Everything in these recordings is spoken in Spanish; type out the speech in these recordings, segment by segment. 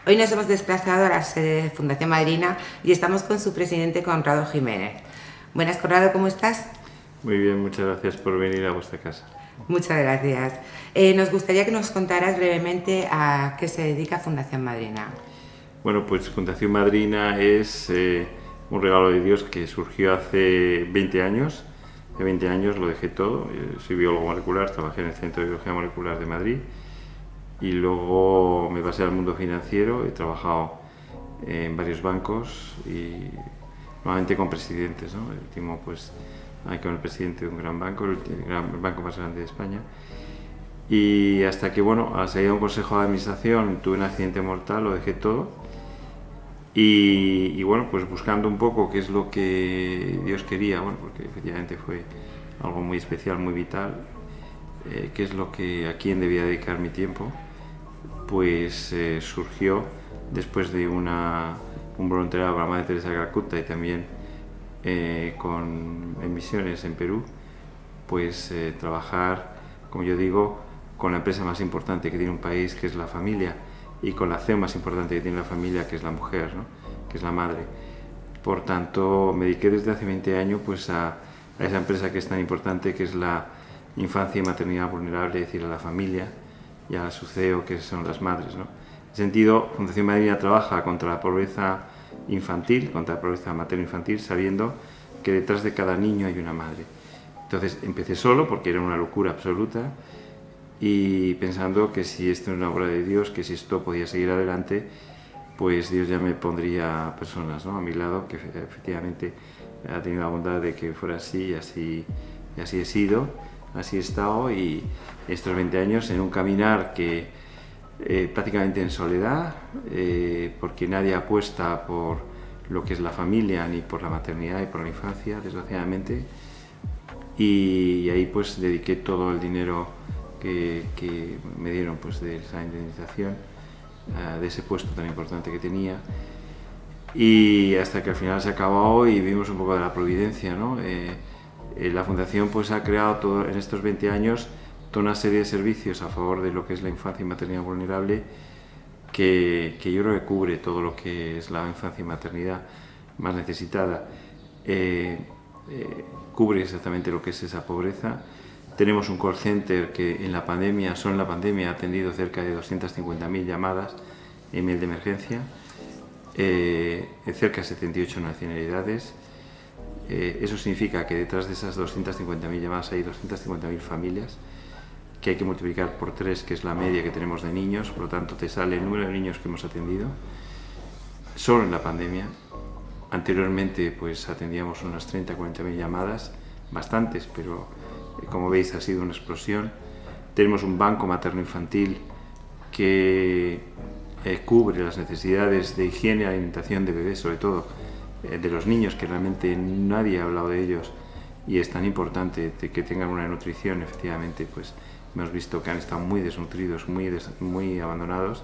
Hoy nos hemos desplazado a la sede de Fundación Madrina y estamos con su presidente, Conrado Jiménez. Buenas, Conrado, ¿cómo estás? Muy bien, muchas gracias por venir a vuestra casa. Muchas gracias. Nos gustaría que nos contaras brevemente a qué se dedica Fundación Madrina. Bueno, pues Fundación Madrina es un regalo de Dios que surgió hace 20 años. Hace 20 años lo dejé todo. Soy biólogo molecular, trabajé en el Centro de Biología Molecular de Madrid y luego me pasé al mundo financiero. He trabajado en varios bancos y normalmente con presidentes, ¿no? El último, pues, con el presidente de un gran banco, el banco más grande de España. Y hasta que, bueno, al salir de un consejo de administración tuve un accidente mortal, lo dejé todo. Y bueno, pues buscando un poco qué es lo que Dios quería, bueno, porque efectivamente fue algo muy especial, muy vital, qué es lo que, a quién debía dedicar mi tiempo, pues surgió después de un voluntariado con la Madre Teresa de Calcuta y también en misiones en Perú, pues trabajar, como yo digo, con la empresa más importante que tiene un país, que es la familia, y con la acción más importante que tiene la familia, que es la mujer, ¿no? Que es la madre. Por tanto, me dediqué desde hace 20 años pues, a esa empresa que es tan importante, que es la infancia y maternidad vulnerable, es decir, a la familia y a su CEO, que son las madres, ¿no? En ese sentido, Fundación Madrina trabaja contra la pobreza infantil, contra la pobreza materno-infantil, sabiendo que detrás de cada niño hay una madre. Entonces empecé solo porque era una locura absoluta y pensando que si esto es una obra de Dios, que si esto podía seguir adelante, pues Dios ya me pondría personas, ¿no?, a mi lado, que efectivamente ha tenido la bondad de que fuera así y así he sido, así he estado, y estos 20 años en un caminar que prácticamente en soledad, porque nadie apuesta por lo que es la familia, ni por la maternidad y por la infancia, desgraciadamente, y ahí pues dediqué todo el dinero que me dieron pues de esa indemnización, de ese puesto tan importante que tenía, y hasta que al final se acabó y vimos un poco de la providencia, ¿no? La Fundación pues ha creado todo, en estos 20 años toda una serie de servicios a favor de lo que es la infancia y maternidad vulnerable, que yo creo que cubre todo lo que es la infancia y maternidad más necesitada, cubre exactamente lo que es esa pobreza. Tenemos un call center que en la pandemia, solo en la pandemia, ha atendido cerca de 250.000 llamadas en mail de emergencia, cerca de 78 nacionalidades. Eso significa que detrás de esas 250.000 llamadas hay 250.000 familias, que hay que multiplicar por 3, que es la media que tenemos de niños, por lo tanto te sale el número de niños que hemos atendido solo en la pandemia. Anteriormente pues atendíamos unas 30-40.000 llamadas, bastantes, pero como veis ha sido una explosión. Tenemos un banco materno-infantil que cubre las necesidades de higiene y alimentación de bebés, sobre todo de los niños, que realmente nadie ha hablado de ellos y es tan importante que tengan una nutrición. Efectivamente, pues hemos visto que han estado muy desnutridos, muy abandonados,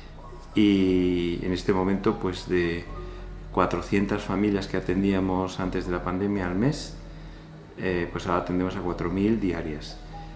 y en este momento pues de 400 familias que atendíamos antes de la pandemia al mes, pues ahora atendemos a 4.000 diarias.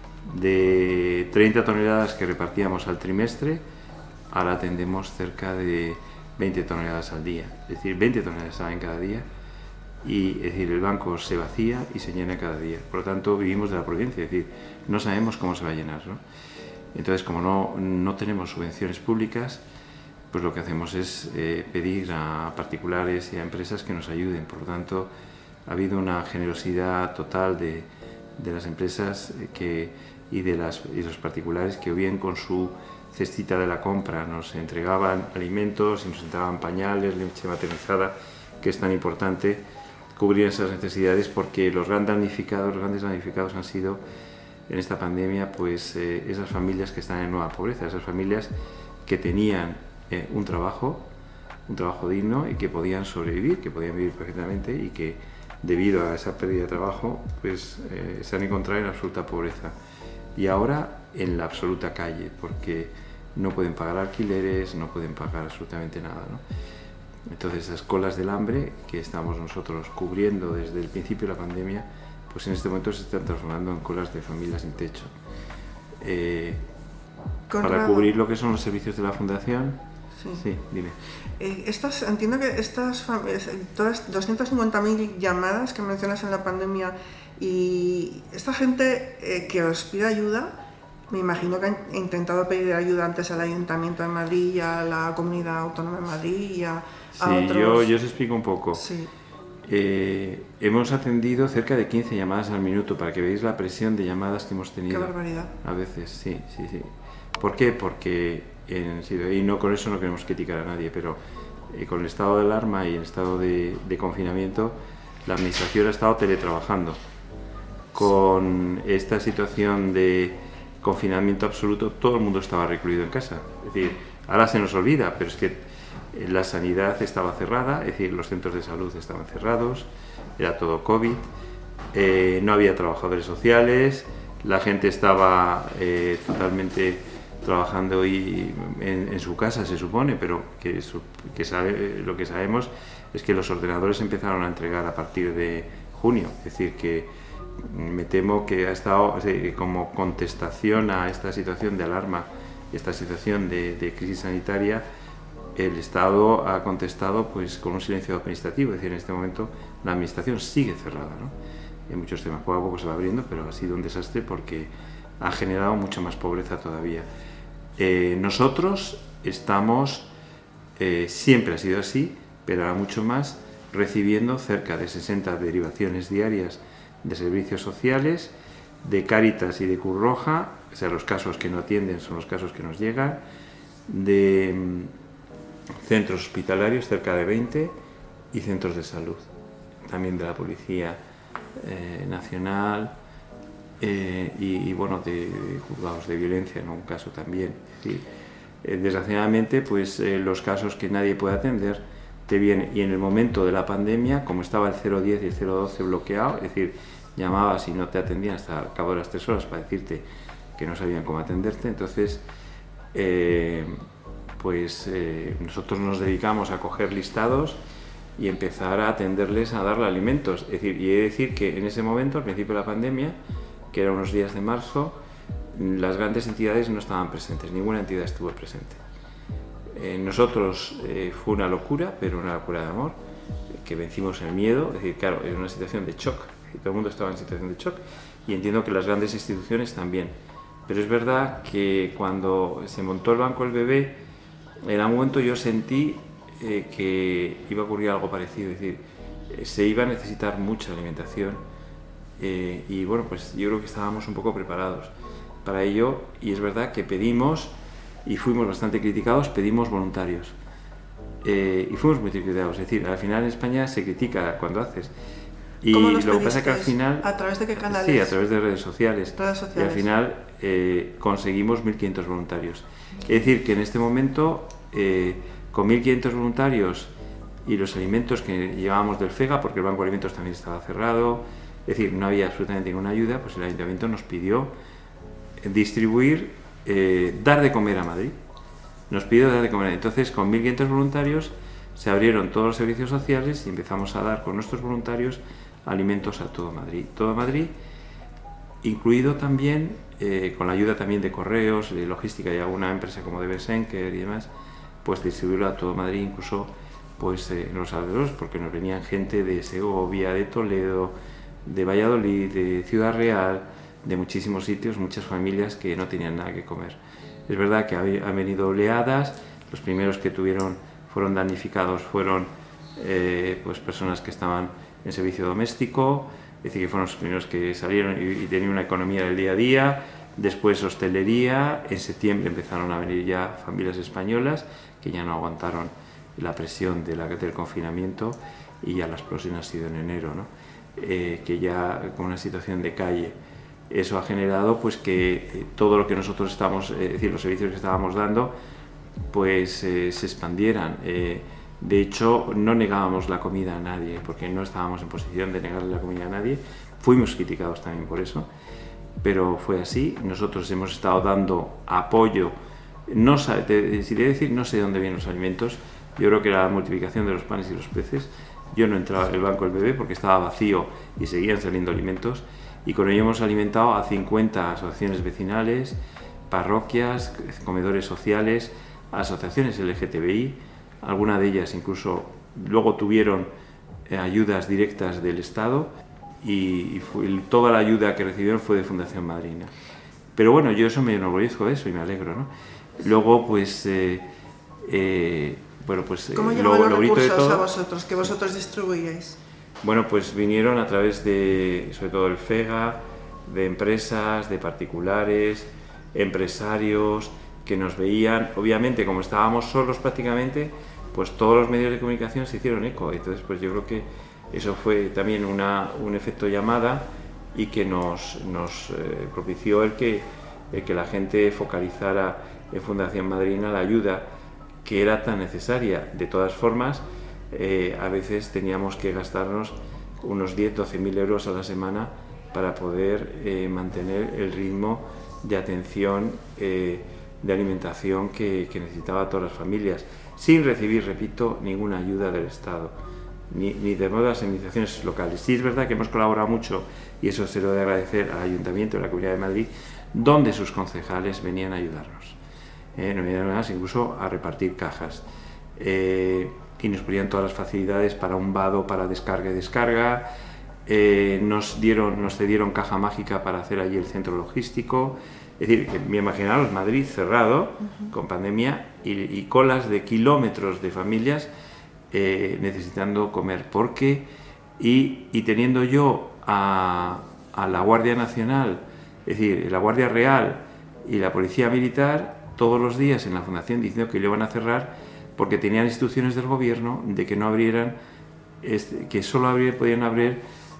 De 30 toneladas que repartíamos al trimestre, ahora atendemos cerca de 20 toneladas al día, es decir, 20 toneladas salen cada día, y es decir, el banco se vacía y se llena cada día. Por lo tanto, vivimos de la providencia, es decir, no sabemos cómo se va a llenar, ¿no? Entonces, como no tenemos subvenciones públicas, pues lo que hacemos es pedir a particulares y a empresas que nos ayuden. Por lo tanto, ha habido una generosidad total de las empresas y de los particulares, que o bien con su cestita de la compra nos entregaban alimentos y nos entregaban pañales, leche maternizada, que es tan importante cubrir esas necesidades, porque los grandes damnificados han sido en esta pandemia pues esas familias que están en nueva pobreza, esas familias que tenían un trabajo digno y que podían sobrevivir, que podían vivir perfectamente, y que debido a esa pérdida de trabajo pues se han encontrado en absoluta pobreza y ahora en la absoluta calle, porque no pueden pagar alquileres, no pueden pagar absolutamente nada, ¿no? Entonces esas colas del hambre que estamos nosotros cubriendo desde el principio de la pandemia, pues en este momento se están transformando en colas de familias sin techo. Para cubrir lo que son los servicios de la Fundación, Sí, dime. Entiendo que todas 250.000 llamadas que mencionas en la pandemia y esta gente que os pide ayuda, me imagino que han intentado pedir ayuda antes al Ayuntamiento de Madrid y a la Comunidad Autónoma de Madrid y a otros... Yo os explico un poco. Sí. Hemos atendido cerca de 15 llamadas al minuto, para que veáis la presión de llamadas que hemos tenido. ¡Qué barbaridad! A veces, sí. ¿Por qué? Porque, y no con eso no queremos criticar a nadie, pero con el estado de alarma y el estado de confinamiento, la administración ha estado teletrabajando. Con esta situación de confinamiento absoluto, todo el mundo estaba recluido en casa. Es decir, ahora se nos olvida, pero es que la sanidad estaba cerrada, es decir, los centros de salud estaban cerrados, era todo COVID, no había trabajadores sociales, la gente estaba totalmente trabajando en su casa, se supone, pero lo que sabemos es que los ordenadores empezaron a entregar a partir de junio, es decir, que me temo que ha estado como contestación a esta situación de alarma, esta situación de crisis sanitaria. El Estado ha contestado pues con un silencio administrativo, es decir, en este momento la administración sigue cerrada, ¿no? En muchos temas, poco a poco se va abriendo, pero ha sido un desastre porque ha generado mucha más pobreza todavía. Nosotros estamos, siempre ha sido así, pero ahora mucho más, recibiendo cerca de 60 derivaciones diarias de servicios sociales, de Cáritas y de Cruz Roja, o sea, los casos que no atienden son los casos que nos llegan, de centros hospitalarios, cerca de 20, y centros de salud, también de la Policía Nacional y bueno, de juzgados de violencia en un caso también. Es decir, desgraciadamente, pues los casos que nadie puede atender te vienen, y en el momento de la pandemia, como estaba el 010 y el 012 bloqueado, es decir, llamabas y no te atendían hasta el cabo de las 3 horas para decirte que no sabían cómo atenderte, entonces nosotros nos dedicamos a coger listados y empezar a atenderles, a darle alimentos. Es decir, y he de decir que en ese momento, al principio de la pandemia, que eran unos días de marzo, las grandes entidades no estaban presentes, ninguna entidad estuvo presente. Nosotros fue una locura, pero una locura de amor, que vencimos el miedo. Es decir, claro, era una situación de shock, todo el mundo estaba en situación de shock, y entiendo que las grandes instituciones también. Pero es verdad que cuando se montó el Banco del Bebé, en algún momento yo sentí que iba a ocurrir algo parecido, es decir, se iba a necesitar mucha alimentación y bueno, pues yo creo que estábamos un poco preparados para ello, y es verdad que pedimos, y fuimos bastante criticados, pedimos voluntarios y fuimos muy criticados. Es decir, al final en España se critica cuando haces. Y lo que pasa es que al final... ¿A través de qué canales? Sí, a través de redes sociales. Y al final conseguimos 1.500 voluntarios. Es decir, que en este momento, con 1.500 voluntarios y los alimentos que llevábamos del FEGA, porque el Banco de Alimentos también estaba cerrado, es decir, no había absolutamente ninguna ayuda, pues el Ayuntamiento nos pidió distribuir, dar de comer a Madrid. Nos pidió dar de comer. Entonces, con 1.500 voluntarios se abrieron todos los servicios sociales y empezamos a dar con nuestros voluntarios alimentos a todo Madrid. Todo Madrid, incluido también, con la ayuda también de correos, de logística y alguna empresa como DB Schenker y demás, pues distribuirlo a todo Madrid, incluso pues en los alrededores, porque nos venían gente de Segovia, de Toledo, de Valladolid, de Ciudad Real, de muchísimos sitios, muchas familias que no tenían nada que comer. Es verdad que han venido oleadas, los primeros que fueron damnificados fueron pues personas que estaban en servicio doméstico, es decir, que fueron los primeros que salieron y tenían una economía del día a día. Después hostelería, en septiembre empezaron a venir ya familias españolas que ya no aguantaron la presión del confinamiento, y ya las próximas han sido en enero, ¿no? Que ya con una situación de calle. Eso ha generado pues que todo lo que nosotros estamos, es decir, los servicios que estábamos dando, pues se expandieran. De hecho, no negábamos la comida a nadie, porque no estábamos en posición de negarle la comida a nadie. Fuimos criticados también por eso, pero fue así. Nosotros hemos estado dando apoyo. No sé de dónde vienen los alimentos. Yo creo que era la multiplicación de los panes y los peces. Yo no entraba en el Banco del Bebé porque estaba vacío y seguían saliendo alimentos, y con ello hemos alimentado a 50 asociaciones vecinales, parroquias, comedores sociales, asociaciones LGTBI, algunas de ellas incluso luego tuvieron ayudas directas del Estado y toda la ayuda que recibieron fue de Fundación Madrina. Pero bueno, yo eso me enorgullezco de eso y me alegro, ¿no? Luego, pues... bueno, pues ¿cómo llegaban los bonito de recursos todo, a vosotros, que vosotros distribuíais? Bueno, pues vinieron a través de, sobre todo el FEGA, de empresas, de particulares, empresarios que nos veían. Obviamente, como estábamos solos prácticamente, pues todos los medios de comunicación se hicieron eco. Entonces, pues yo creo que eso fue también un efecto llamada y que nos propició el que la gente focalizara en Fundación Madrina la ayuda que era tan necesaria. De todas formas, a veces teníamos que gastarnos unos 10-12.000 euros a la semana para poder mantener el ritmo de atención, de alimentación que necesitaban todas las familias, sin recibir, repito, ninguna ayuda del Estado, ni de nuevas administraciones locales. Sí es verdad que hemos colaborado mucho, y eso se lo he de agradecer al Ayuntamiento de la Comunidad de Madrid, donde sus concejales venían a ayudarnos. Nos venían incluso a repartir cajas. Y nos ponían todas las facilidades para un vado, para descarga y descarga. Nos cedieron caja mágica para hacer allí el centro logístico. Es decir, que imaginaros Madrid cerrado, con pandemia y colas de kilómetros de familias necesitando comer. Y teniendo yo a la Guardia Nacional, es decir, la Guardia Real y la Policía Militar, todos los días en la Fundación diciendo que lo iban a cerrar porque tenían instrucciones del gobierno de que no abrieran, que solo podían abrir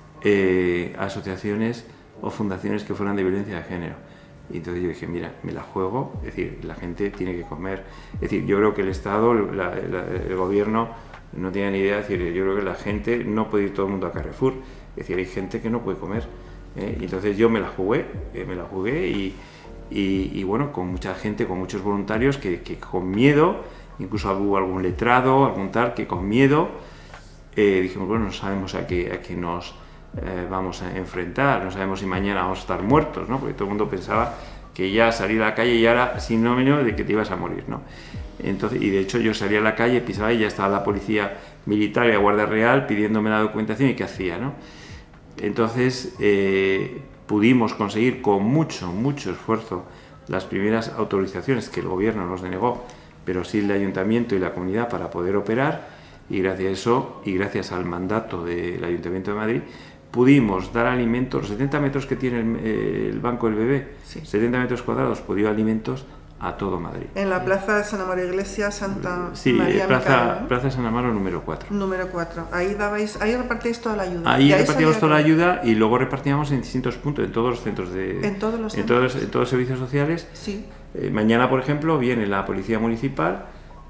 asociaciones o fundaciones que fueran de violencia de género. Y entonces yo dije, mira, me la juego, es decir, la gente tiene que comer. Es decir, yo creo que el Estado, el gobierno no tiene ni idea. Es decir, yo creo que la gente no puede ir todo el mundo a Carrefour. Es decir, hay gente que no puede comer. Y entonces yo me la jugué y bueno, con mucha gente, con muchos voluntarios que con miedo, incluso hubo algún letrado, algún tal, que con miedo dijimos, bueno, no sabemos a qué nos vamos a enfrentar, no sabemos si mañana vamos a estar muertos, ¿no? Porque todo el mundo pensaba que ya salir a la calle ya era sinónimo de que te ibas a morir, ¿no? Entonces, y de hecho yo salía a la calle, pisaba y ya estaba la policía militar y la Guardia Real pidiéndome la documentación y qué hacía, ¿no? Entonces pudimos conseguir con mucho esfuerzo las primeras autorizaciones que el gobierno nos denegó, pero sí el ayuntamiento y la comunidad para poder operar, y gracias a eso y gracias al mandato del Ayuntamiento de Madrid pudimos dar alimentos, los 70 metros que tiene el Banco del Bebé, sí. 70 metros cuadrados, pues dio alimentos a todo Madrid. En la plaza de San Amaro Iglesia, Santa sí, María Plaza de San Amaro número 4. Número 4. Ahí repartíais toda la ayuda. Ahí repartíamos toda la ayuda y luego repartíamos en distintos puntos, en todos los centros en todos los servicios sociales. Sí. Mañana, por ejemplo, viene la Policía Municipal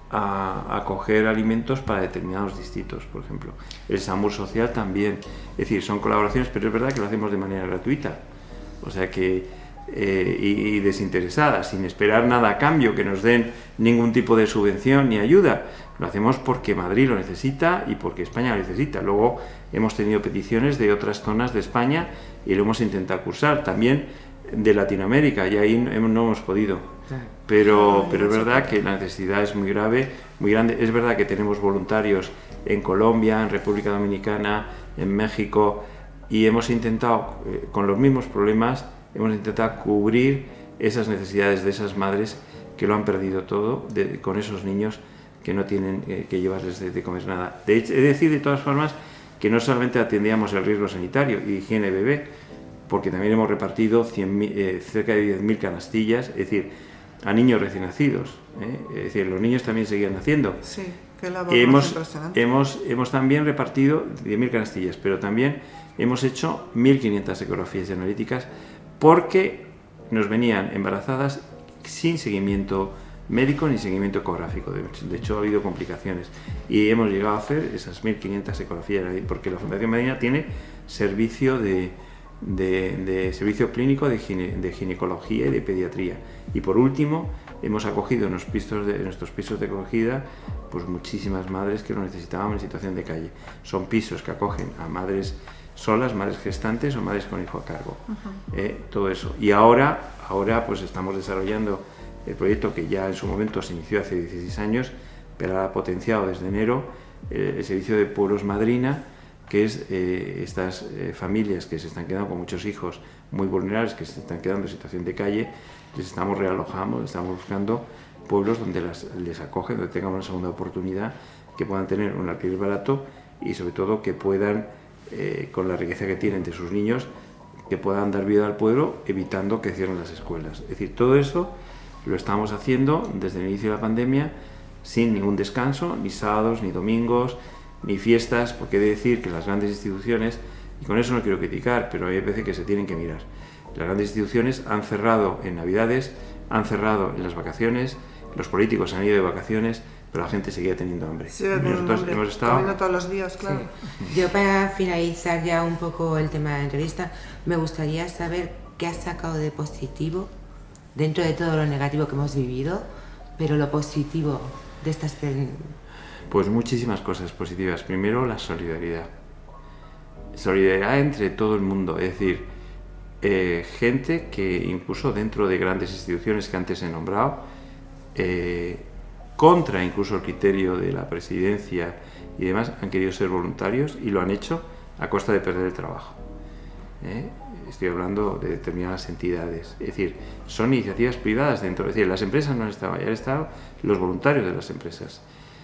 a coger alimentos para determinados distritos, por ejemplo. El SAMUR Social también. Es decir, son colaboraciones, pero es verdad que lo hacemos de manera gratuita. O sea que y desinteresada, sin esperar nada a cambio, que nos den ningún tipo de subvención ni ayuda. Lo hacemos porque Madrid lo necesita y porque España lo necesita. Luego hemos tenido peticiones de otras zonas de España y lo hemos intentado cursar, también de Latinoamérica, y ahí no hemos podido. Pero es verdad que la necesidad es muy grave, muy grande. Es verdad que tenemos voluntarios en Colombia, en República Dominicana, en México, y hemos intentado, con los mismos problemas, hemos intentado cubrir esas necesidades de esas madres que lo han perdido todo, con esos niños que no tienen que llevarles de comer nada. De hecho, he de decir de todas formas que no solamente atendíamos el riesgo sanitario y higiene bebé, porque también hemos repartido cerca de 10.000 canastillas, es decir, a niños recién nacidos. Es decir, los niños también seguían naciendo. Sí, que la impresionante. Hemos también repartido 10.000 canastillas, pero también hemos hecho 1.500 ecografías analíticas, porque nos venían embarazadas sin seguimiento médico ni seguimiento ecográfico. De hecho, ha habido complicaciones y hemos llegado a hacer esas 1.500 ecografías, porque la Fundación Madrina tiene servicio de servicio clínico de ginecología y de pediatría. Y por último, hemos acogido en nuestros pisos de acogida pues muchísimas madres que lo necesitaban en situación de calle. Son pisos que acogen a madres solas, madres gestantes o madres con hijo a cargo. Todo eso. Y ahora pues estamos desarrollando el proyecto que ya en su momento se inició hace 16 años, pero ha potenciado desde enero el servicio de Pueblos Madrina, que es estas familias que se están quedando con muchos hijos muy vulnerables, que se están quedando en situación de calle, les estamos realojando, estamos buscando pueblos donde les acogen, donde tengan una segunda oportunidad, que puedan tener un alquiler barato y sobre todo que puedan, con la riqueza que tienen de sus niños, que puedan dar vida al pueblo evitando que cierren las escuelas. Es decir, todo eso lo estamos haciendo desde el inicio de la pandemia sin ningún descanso, ni sábados, ni domingos, ni fiestas, porque he de decir que las grandes instituciones, y con eso no quiero criticar, pero hay veces que se tienen que mirar. Las grandes instituciones han cerrado en Navidades, han cerrado en las vacaciones, los políticos han ido de vacaciones, pero la gente seguía teniendo hambre. Sí, nosotros hemos estado comiendo todos los días, claro. Sí. Yo, para finalizar ya un poco el tema de la entrevista, me gustaría saber qué has sacado de positivo dentro de todo lo negativo que hemos vivido, pero lo positivo de estas... Pues muchísimas cosas positivas. Primero, la solidaridad. Solidaridad entre todo el mundo, es decir, gente que incluso dentro de grandes instituciones que antes he nombrado, contra incluso el criterio de la presidencia y demás, han querido ser voluntarios y lo han hecho a costa de perder el trabajo. Estoy hablando de determinadas entidades, es decir, son iniciativas privadas dentro, es decir, las empresas no han estado, ya han estado los voluntarios de las empresas.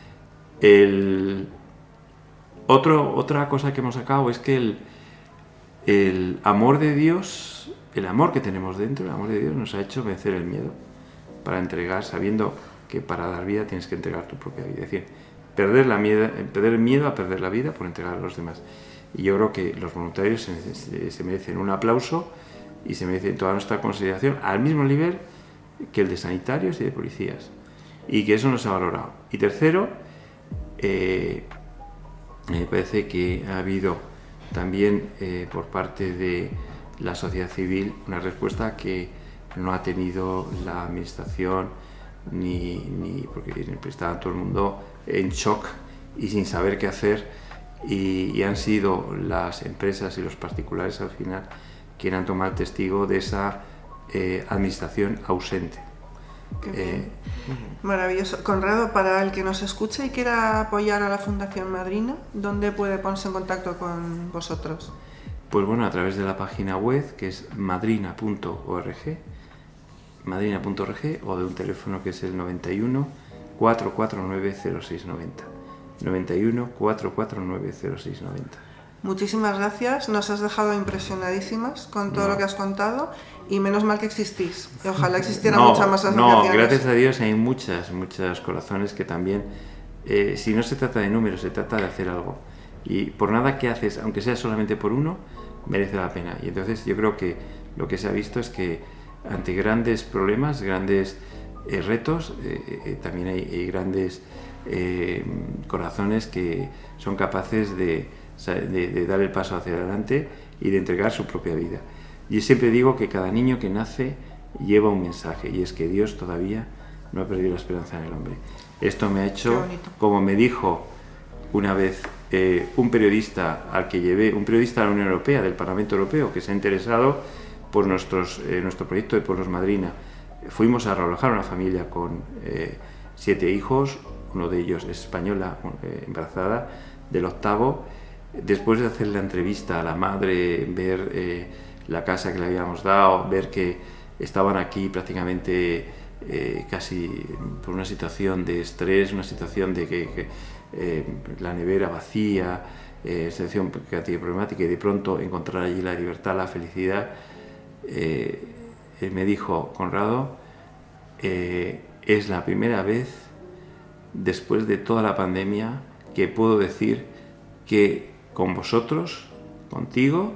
Otra cosa que hemos sacado es que el amor de Dios, el amor que tenemos dentro, el amor de Dios nos ha hecho vencer el miedo para entregar, sabiendo que para dar vida tienes que entregar tu propia vida. Es decir, perder el miedo a perder la vida por entregar a los demás. Y yo creo que los voluntarios se merecen un aplauso y se merecen toda nuestra consideración al mismo nivel que el de sanitarios y de policías. Y que eso nos ha valorado. Y tercero, me parece que ha habido también por parte de la sociedad civil una respuesta que no ha tenido la administración ni porque estaba todo el mundo en shock y sin saber qué hacer, y han sido las empresas y los particulares al final quienes han tomado el testigo de esa administración ausente. Maravilloso. Conrado, para el que nos escuche y quiera apoyar a la Fundación Madrina, ¿dónde puede ponerse en contacto con vosotros? Pues bueno, a través de la página web, que es madrina.org, o de un teléfono que es el 91 449 0690. 91 449 0690. Muchísimas gracias, nos has dejado impresionadísimas con todo lo que has contado, y menos mal que existís. Ojalá existieran muchas más asociaciones. No, gracias a Dios hay muchos corazones que también, si no se trata de números, se trata de hacer algo. Y por nada que haces, aunque sea solamente por uno, merece la pena. Y entonces yo creo que lo que se ha visto es que ante grandes problemas, grandes retos, también hay grandes corazones que son capaces de dar el paso hacia adelante y de entregar su propia vida. Yo siempre digo que cada niño que nace lleva un mensaje, y es que Dios todavía no ha perdido la esperanza en el hombre. Esto me ha hecho, como me dijo una vez un periodista al que llevé, un periodista de la Unión Europea, del Parlamento Europeo, que se ha interesado por nuestro proyecto de Pueblos Madrina. Fuimos a realojar una familia con 7 hijos, uno de ellos es española, embarazada, del 8º. Después de hacer la entrevista a la madre, ver la casa que le habíamos dado, ver que estaban aquí prácticamente casi por una situación de estrés, una situación de que la nevera vacía, situación problemática, y de pronto encontrar allí la libertad, la felicidad. Él me dijo: Conrado, es la primera vez después de toda la pandemia que puedo decir que con vosotros, contigo,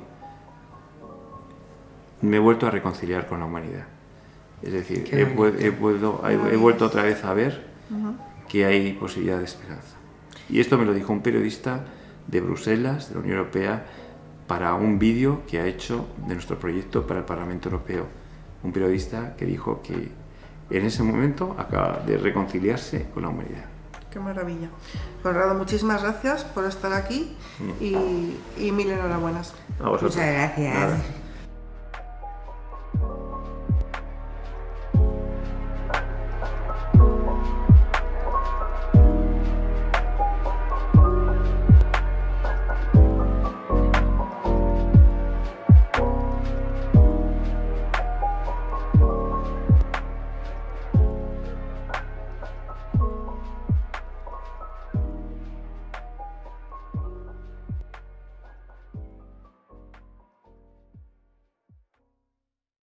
me he vuelto a reconciliar con la humanidad. Es decir, he vuelto otra vez a ver que hay posibilidad de esperanza. Y esto me lo dijo un periodista de Bruselas, de la Unión Europea, para un vídeo que ha hecho de nuestro proyecto para el Parlamento Europeo. Un periodista que dijo que en ese momento acaba de reconciliarse con la humanidad. Qué maravilla. Conrado, muchísimas gracias por estar aquí y mil enhorabuenas. A vosotros. Muchas gracias. Nada.